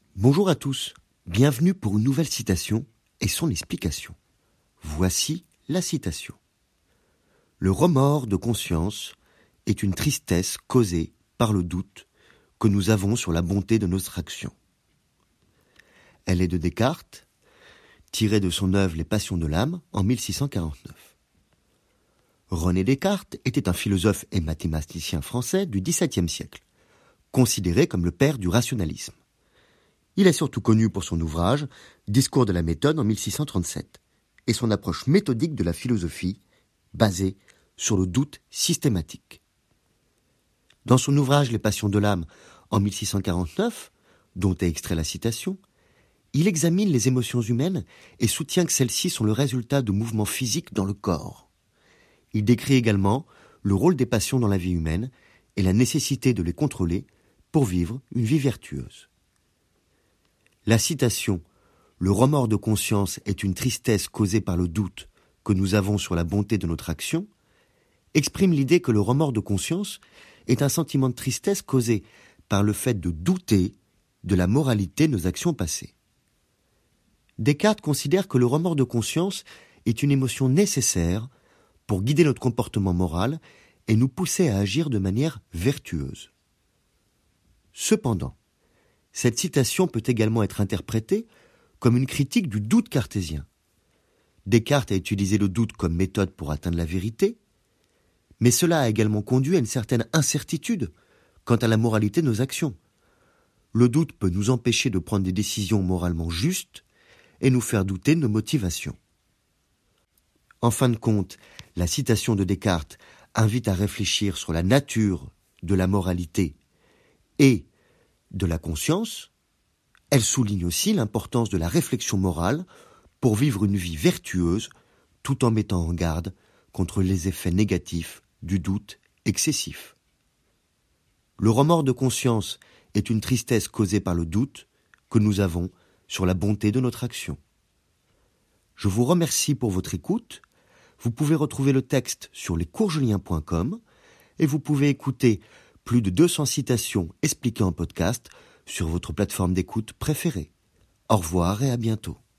Bonjour à tous, bienvenue pour une nouvelle citation et son explication. Voici la citation. Le remords de conscience est une tristesse causée par le doute que nous avons sur la bonté de notre action. Elle est de Descartes, tirée de son œuvre Les Passions de l'âme en 1649. René Descartes était un philosophe et mathématicien français du XVIIe siècle, considéré comme le père du rationalisme. Il est surtout connu pour son ouvrage « Discours de la méthode » en 1637 et son approche méthodique de la philosophie basée sur le doute systématique. Dans son ouvrage « Les Passions de l'âme » en 1649, dont est extrait la citation, il examine les émotions humaines et soutient que celles-ci sont le résultat de mouvements physiques dans le corps. Il décrit également le rôle des passions dans la vie humaine et la nécessité de les contrôler pour vivre une vie vertueuse. La citation « Le remords de conscience est une tristesse causée par le doute que nous avons sur la bonté de notre action » exprime l'idée que le remords de conscience est un sentiment de tristesse causé par le fait de douter de la moralité de nos actions passées. Descartes considère que le remords de conscience est une émotion nécessaire pour guider notre comportement moral et nous pousser à agir de manière vertueuse. Cependant, cette citation peut également être interprétée comme une critique du doute cartésien. Descartes a utilisé le doute comme méthode pour atteindre la vérité, mais cela a également conduit à une certaine incertitude quant à la moralité de nos actions. Le doute peut nous empêcher de prendre des décisions moralement justes et nous faire douter de nos motivations. En fin de compte, la citation de Descartes invite à réfléchir sur la nature de la moralité et de la conscience. Elle souligne aussi l'importance de la réflexion morale pour vivre une vie vertueuse tout en mettant en garde contre les effets négatifs du doute excessif. Le remords de conscience est une tristesse causée par le doute que nous avons sur la bonté de notre action. Je vous remercie pour votre écoute. Vous pouvez retrouver le texte sur lescoursjulien.com et vous pouvez écouter plus de 200 citations expliquées en podcast sur votre plateforme d'écoute préférée. Au revoir et à bientôt.